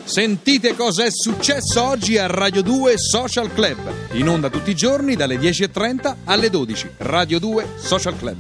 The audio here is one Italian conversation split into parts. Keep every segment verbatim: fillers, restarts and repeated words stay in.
Sentite cosa è successo oggi a Radio due Social Club. In onda tutti i giorni dalle dieci e trenta alle dodici. Radio due Social Club.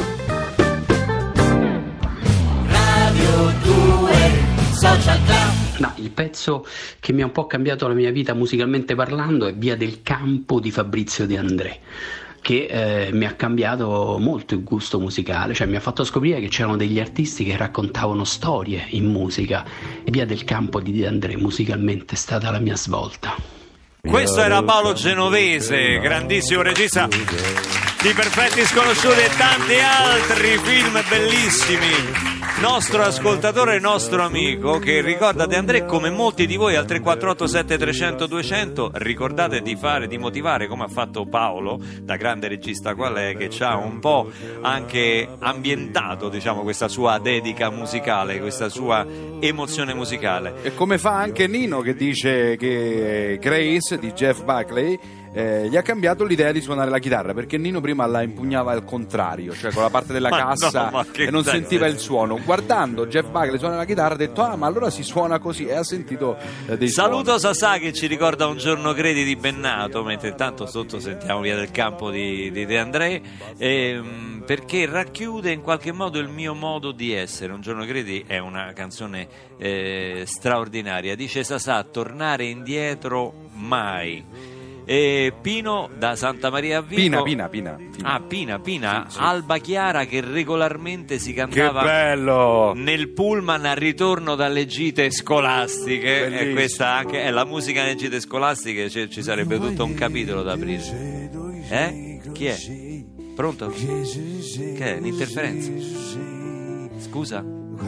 Radio due Social Club. No, il pezzo che mi ha un po' cambiato la mia vita musicalmente parlando è Via del Campo di Fabrizio De André, che eh, mi ha cambiato molto il gusto musicale, cioè mi ha fatto scoprire che c'erano degli artisti che raccontavano storie in musica, e Via del Campo di De André musicalmente è stata la mia svolta. Questo era Paolo Genovese, grandissimo regista di Perfetti Sconosciuti e tanti altri film bellissimi. Nostro ascoltatore, nostro amico, che ricorda De André come molti di voi al tre quattro otto sette trecento duecento. Ricordate di fare, di motivare, come ha fatto Paolo, da grande regista qual è, che ci ha un po' anche ambientato, diciamo, questa sua dedica musicale, questa sua emozione musicale. E come fa anche Nino, che dice che Grace di Jeff Buckley Eh, gli ha cambiato l'idea di suonare la chitarra, perché Nino prima la impugnava al contrario, cioè con la parte della ma cassa, no, e non sentiva il suono. Guardando Jeff Buckley suonare la chitarra ha detto: ah, ma allora si suona così, e ha sentito eh, dei Saluto suoni. Sasà che ci ricorda Un giorno credi di Bennato, mentre intanto sotto sentiamo Via del Campo di, di De André, ehm, perché racchiude in qualche modo il mio modo di essere. Un giorno credi è una canzone eh, straordinaria. Dice Sasà: tornare indietro mai. E Pino da Santa Maria a Vico. Pina, Pina, Pina, Pina. Ah, Pina, Pina, sì, sì. Alba Chiara, che regolarmente si cantava Che bello! nel pullman al ritorno dalle gite scolastiche. Bellissimo. E questa anche è la musica nelle gite scolastiche, ci, ci sarebbe tutto un capitolo da aprire. Eh? Chi è? Pronto? Che è? L'interferenza? Scusa?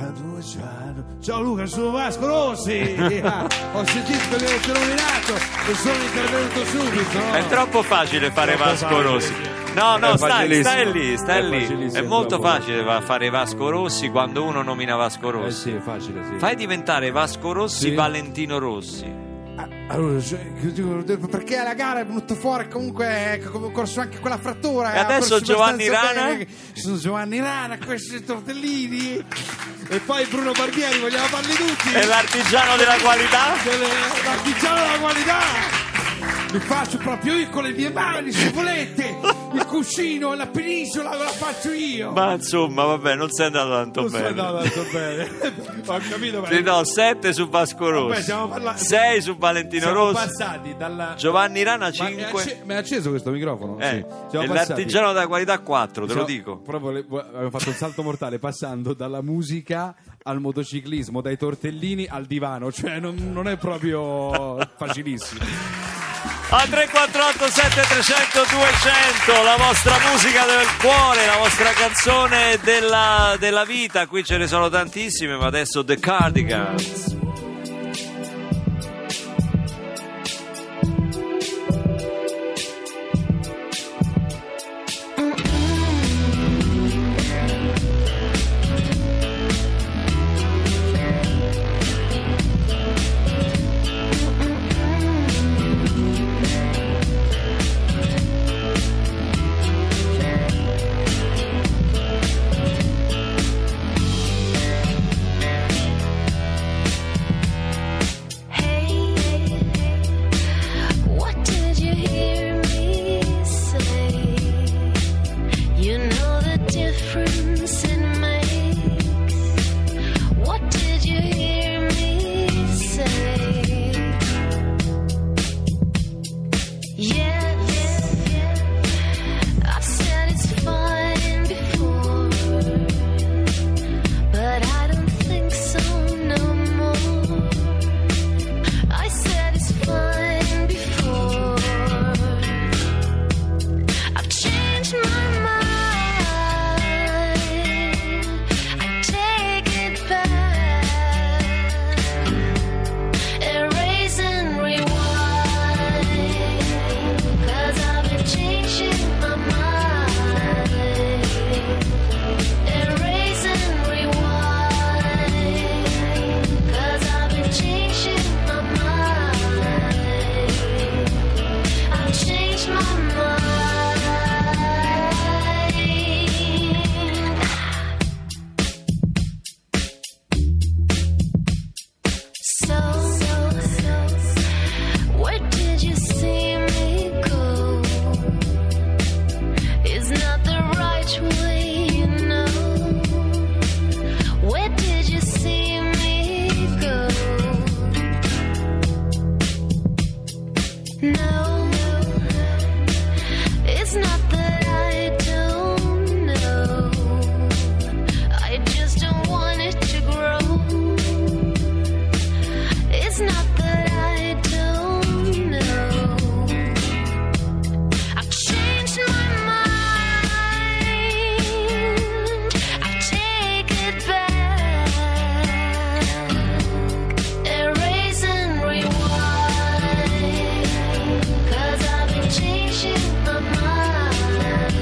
Ciao Luca, sono Vasco Rossi. Ho sentito che avete nominato e sono intervenuto subito, no? È troppo facile fare Troppo Vasco facile. Rossi. No, no, È stai, facilissimo. stai lì, stai È lì. facilissimo, È molto troppo facile va- fare Vasco Rossi quando uno nomina Vasco Eh Rossi. sì, è facile, sì. Fai diventare Vasco Rossi Sì. Valentino Rossi. Ah, allora, cioè, dico, perché alla gara è venuto fuori comunque è corso anche quella frattura. E adesso ha corso Giovanni abbastanza Rana? bene. Sono Giovanni Rana, questi tortellini. E poi Bruno Barbieri, vogliamo farli tutti? È l'artigiano della qualità? Delle- L'artigiano della qualità. Mi faccio proprio io con le mie mani, se volete. Il cuscino, la penisola, ve la faccio io. Ma insomma, vabbè, non sei andato tanto non bene. sono andato tanto bene. Ho capito, ma Ti do sette su Vasco Vabbè, Rossi, stiamo parlando- sei su Valentino siamo Rossi, passati dalla Giovanni Rana Ma è, cinque. acce- ma è acceso questo microfono? Eh, Sì. e Siamo passati- l'artigiano della qualità quattro, te lo siamo- dico. Proprio le- abbiamo fatto un salto mortale passando dalla musica al motociclismo, dai tortellini al divano, cioè non, non è proprio facilissimo. A tre quattro otto sette trecento duecento, la vostra musica del cuore, la vostra canzone della, della vita. Qui ce ne sono tantissime, ma adesso The Cardigans. know. It's not that I don't know, I just don't want it to grow. It's not that I don't know, I've changed my mind, I take it back, erase and rewind, 'cause I've been changing my mind,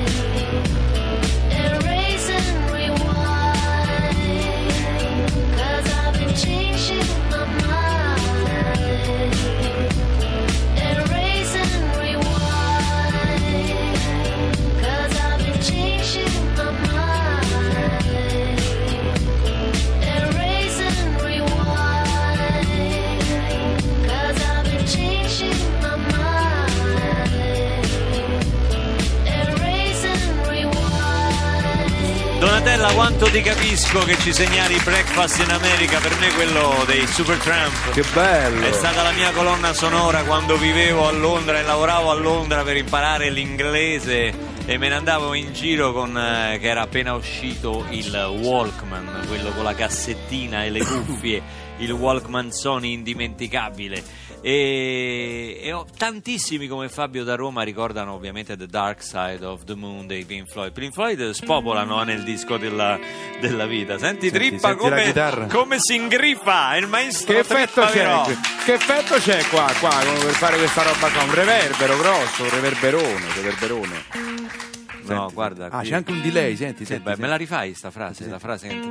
erase and rewind, 'cause I've been changing my mind, erase and rewind, 'cause I've been changing my mind, erase and rewind, 'cause I've been changing my mind, erase and rewind. Donatella, quanto ti capisco che ci segnali Breakfast in America, per me quello dei Supertramp. Che bello! È stata la mia colonna sonora quando vivevo a Londra e lavoravo a Londra per imparare l'inglese e me ne andavo in giro con eh, che era appena uscito il Walkman, quello con la cassettina e le cuffie, il Walkman Sony indimenticabile. E, e ho, tantissimi come Fabio da Roma ricordano ovviamente The Dark Side of the Moon dei Pink Floyd. Pink Floyd spopolano nel disco della, della vita. Senti, Senti, Trippa senti la come, chitarra. come si ingriffa, è il maestro Che effetto Trippa c'è? Virò. Che effetto c'è qua, qua come per fare questa roba qua? Un reverbero grosso, un reverberone, reverberone. No, Senti, guarda, Ah, qui- c'è anche un delay, senti, Sì, senti, beh, senti. me la rifai sta frase? La frase che...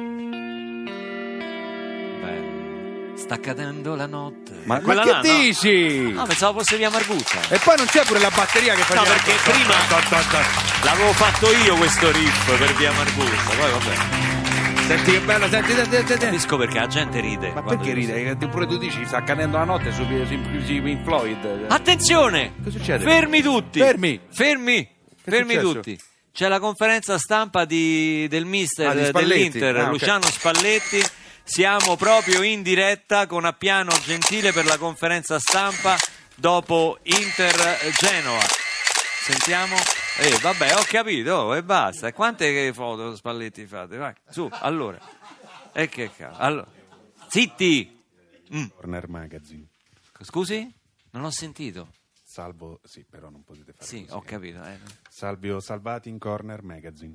Beh, sta cadendo la notte. Ma, ma Quella che là, no? dici? No, pensavo fosse via Marguzza. E poi non c'è pure la batteria che No, faceva... perché prima l'avevo fatto io questo riff per via Marguzza, poi vabbè. Senti che bello, senti, senti, senti, senti. Capisco perché la gente ride. Ma quando perché dico ride? Che pure tu dici sta cadendo la notte su, su, su Pink Floyd. questo. Attenzione! Che succede? Fermi tutti! Fermi! Fermi! Che è Fermi successo? tutti! C'è la conferenza stampa di, del mister Ah, di Spalletti. dell'Inter, Ah, ok. Luciano Spalletti. Siamo proprio in diretta con Appiano Gentile per la conferenza stampa dopo Inter Genoa. Sentiamo. Eh, vabbè, ho capito, oh, e basta. Quante foto Spalletti fate? Vai, su, allora. E che cazzo? Allora. Zitti! Mm. Corner Magazine. Scusi? Non ho sentito. Salvo, sì, però non potete fare Sì, così. ho capito. Eh. Salvio Salvati in Corner Magazine.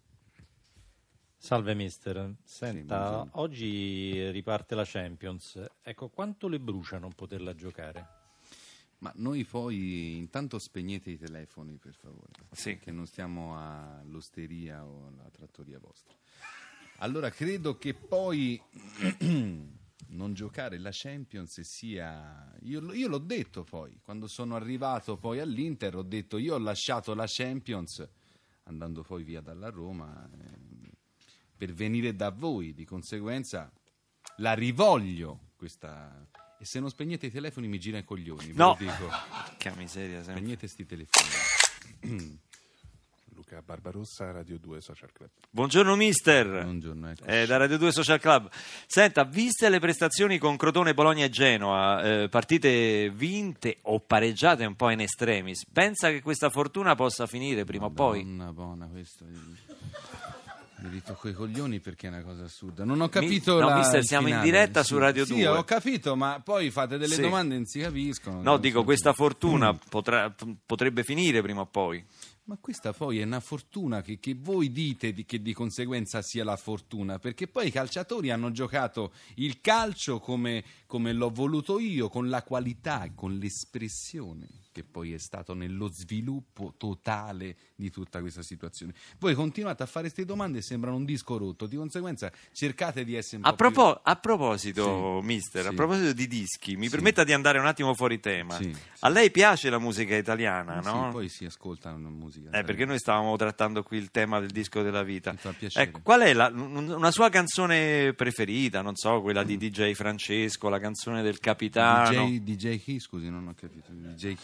Salve mister, senta, buongiorno. oggi riparte la Champions, ecco, quanto le brucia non poterla giocare? Ma noi poi intanto spegnete i telefoni, per favore, Sì. che non stiamo all'osteria o alla trattoria vostra. Allora credo che poi non giocare la Champions sia... Io, io l'ho detto poi, quando sono arrivato poi all'Inter, ho detto io ho lasciato la Champions, andando poi via dalla Roma, eh, per venire da voi, di conseguenza la rivoglio questa... E se non spegnete i telefoni mi gira i coglioni, ve No. lo dico. Che miseria sempre. Spegnete sti telefoni. Luca Barbarossa, Radio due Social Club. Buongiorno mister. Buongiorno, ecco. Eh, da Radio due Social Club. Senta, viste le prestazioni con Crotone, Bologna e Genoa, eh, partite vinte o pareggiate un po' in estremis, pensa che questa fortuna possa finire prima o poi? Madonna buona, questo mi ritocco i coglioni perché è una cosa assurda. Non ho capito Mi- no, la, mister, il siamo in finale. diretta Sì, su Radio sì, due. ho capito, ma poi fate delle Sì. domande e non si capiscono. No, Non dico, so- questa fortuna potrà- p- potrebbe finire prima o poi. Ma questa poi è una fortuna che, che voi dite di, che di conseguenza sia la fortuna, perché poi i calciatori hanno giocato il calcio come, come l'ho voluto io, con la qualità e con l'espressione che poi è stato nello sviluppo totale di tutta questa situazione. Voi continuate a fare queste domande e sembrano un disco rotto, di conseguenza cercate di essere un A, po' più... propo- a proposito, Sì, mister, a sì. proposito di dischi, mi Sì. permetta di andare un attimo fuori tema. Sì, A lei piace la musica italiana, Sì, no? poi si ascolta una musica. Eh, perché noi stavamo trattando qui il tema del disco della vita. Mi fa piacere. Ecco, qual è la- un- una sua canzone preferita? Non so, quella di D J Francesco, la canzone del capitano. D J, D J chi, scusi, non ho capito. D J chi?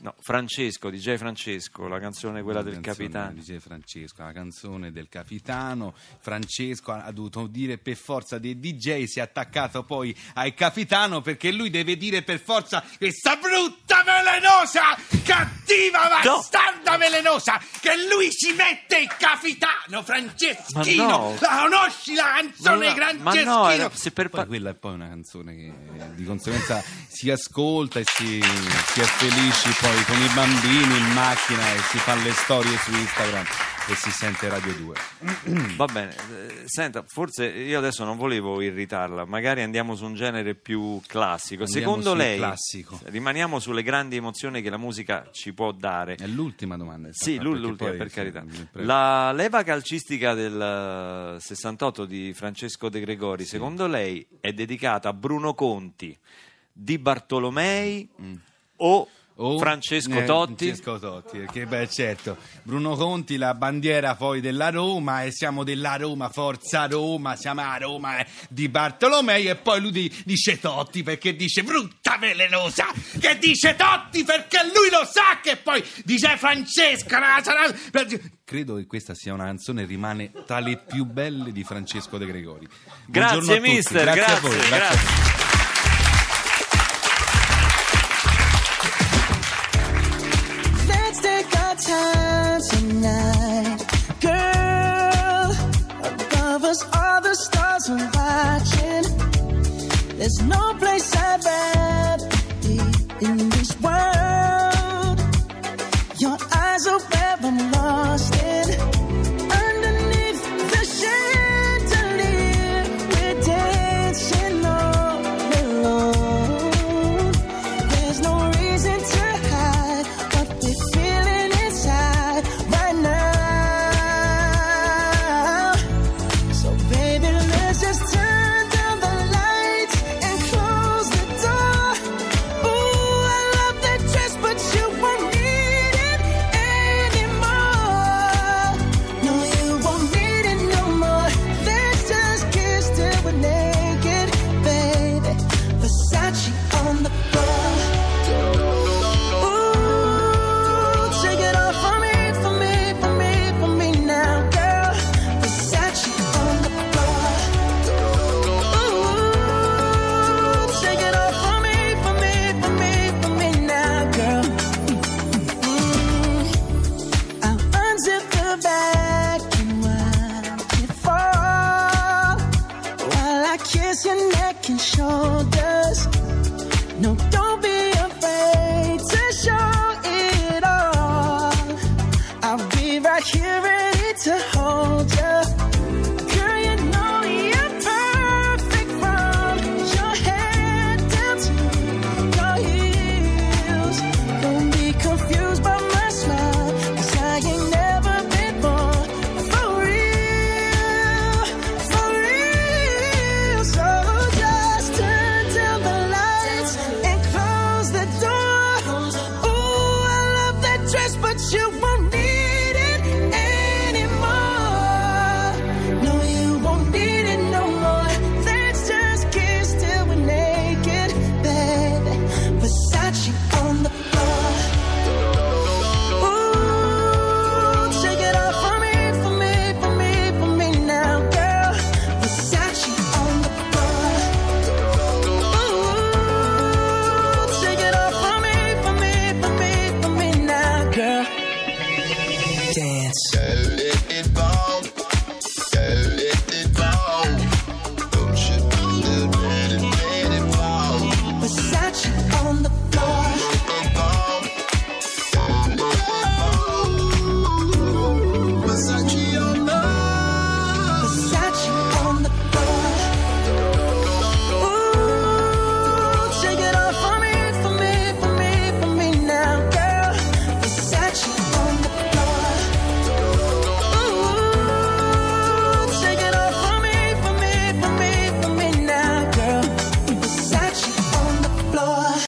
No, Francesco, D J Francesco, la canzone quella del canzone capitano. di D J Francesco, la canzone del capitano. Francesco ha dovuto dire per forza dei D J, si è attaccato poi al capitano perché lui deve dire per forza questa brutta velenosa, cattiva bastarda velenosa, che lui si mette il capitano Franceschino. Ma no. La conosci la canzone Ma no, Franceschino? ma no, era- se per Poi pa- quella è poi una canzone che di conseguenza si ascolta e si, si è felici poi con i bambini in macchina e si fanno le storie su Instagram e si sente Radio due. Va bene, eh, senta, forse io adesso non volevo irritarla, magari andiamo su un genere più classico. Andiamo Secondo sul lei, classico. rimaniamo sulle grandi emozioni che la musica ci può dare. È l'ultima domanda. Sì, perché l'ultima, poi- per sì, carità. prego. La leva calcistica del eh, sessantotto di Francesco De Gregori, secondo lei è dedicata a Bruno Conti, Di Bartolomei o O- Francesco eh, Totti? Francesco Totti, perché beh certo, Bruno Conti la bandiera poi della Roma e siamo della Roma, forza Roma, siamo a Roma eh, di Bartolomei e poi lui di- dice Totti perché dice brutta velenosa, che dice Totti perché lui lo sa che poi dice Francesca, la- sarà- credo che questa sia una canzone, rimane tra le più belle di Francesco De Gregori. Buongiorno Grazie a tutti, mister, grazie, grazie, a voi, grazie. grazie a voi. Let's take our time tonight, girl. Above us, all the stars are watching. There's no place I'd rather be in this world.